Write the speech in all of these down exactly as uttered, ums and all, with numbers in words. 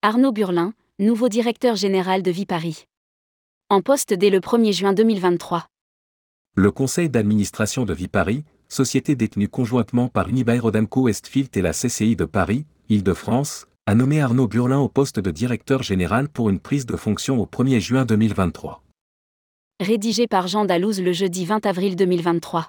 Arnaud Burlin, nouveau directeur général de Viparis. En poste dès le premier juin deux mille vingt-trois. Le conseil d'administration de Viparis, société détenue conjointement par Unibail-Rodamco-Westfield et la C C I de Paris, Île-de-France, a nommé Arnaud Burlin au poste de directeur général pour une prise de fonction au premier juin deux mille vingt-trois. Rédigé par Jean Dalouse le jeudi vingt avril deux mille vingt-trois.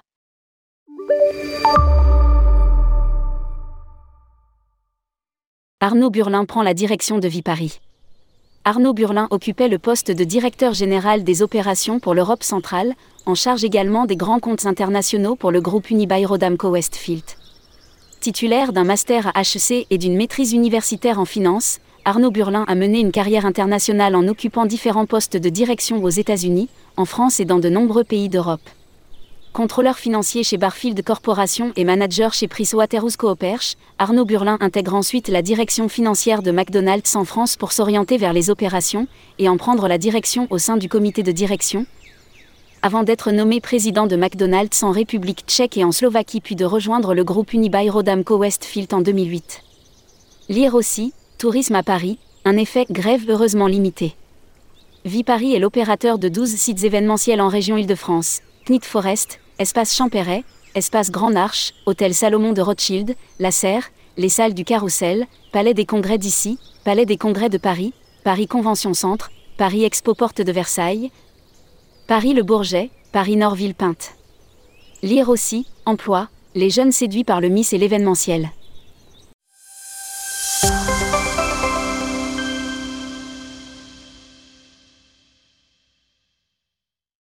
Arnaud Burlin prend la direction de Viparis. Arnaud Burlin occupait le poste de directeur général des opérations pour l'Europe centrale, en charge également des grands comptes internationaux pour le groupe Unibail-Rodamco-Westfield. Titulaire d'un master à H E C et d'une maîtrise universitaire en finance, Arnaud Burlin a mené une carrière internationale en occupant différents postes de direction aux États-Unis, en France et dans de nombreux pays d'Europe. Contrôleur financier chez Barfield Corporation et manager chez PricewaterhouseCoopers, Arnaud Burlin intègre ensuite la direction financière de McDonald's en France pour s'orienter vers les opérations et en prendre la direction au sein du comité de direction, avant d'être nommé président de McDonald's en République tchèque et en Slovaquie puis de rejoindre le groupe Unibail-Rodamco-Westfield en deux mille huit. Lire aussi, Tourisme à Paris, un effet grève heureusement limité. Viparis est l'opérateur de douze sites événementiels en région Île-de-France, C N I T Forest, Espace Champéret, Espace Grande Arche, Hôtel Salomon de Rothschild, La Serre, les salles du Carrousel, Palais des Congrès d'Issy, Palais des Congrès de Paris, Paris Convention Centre, Paris Expo Porte de Versailles, Paris Le Bourget, Paris Nord Villepinte. Lire aussi, Emploi, les jeunes séduits par le Miss et l'événementiel.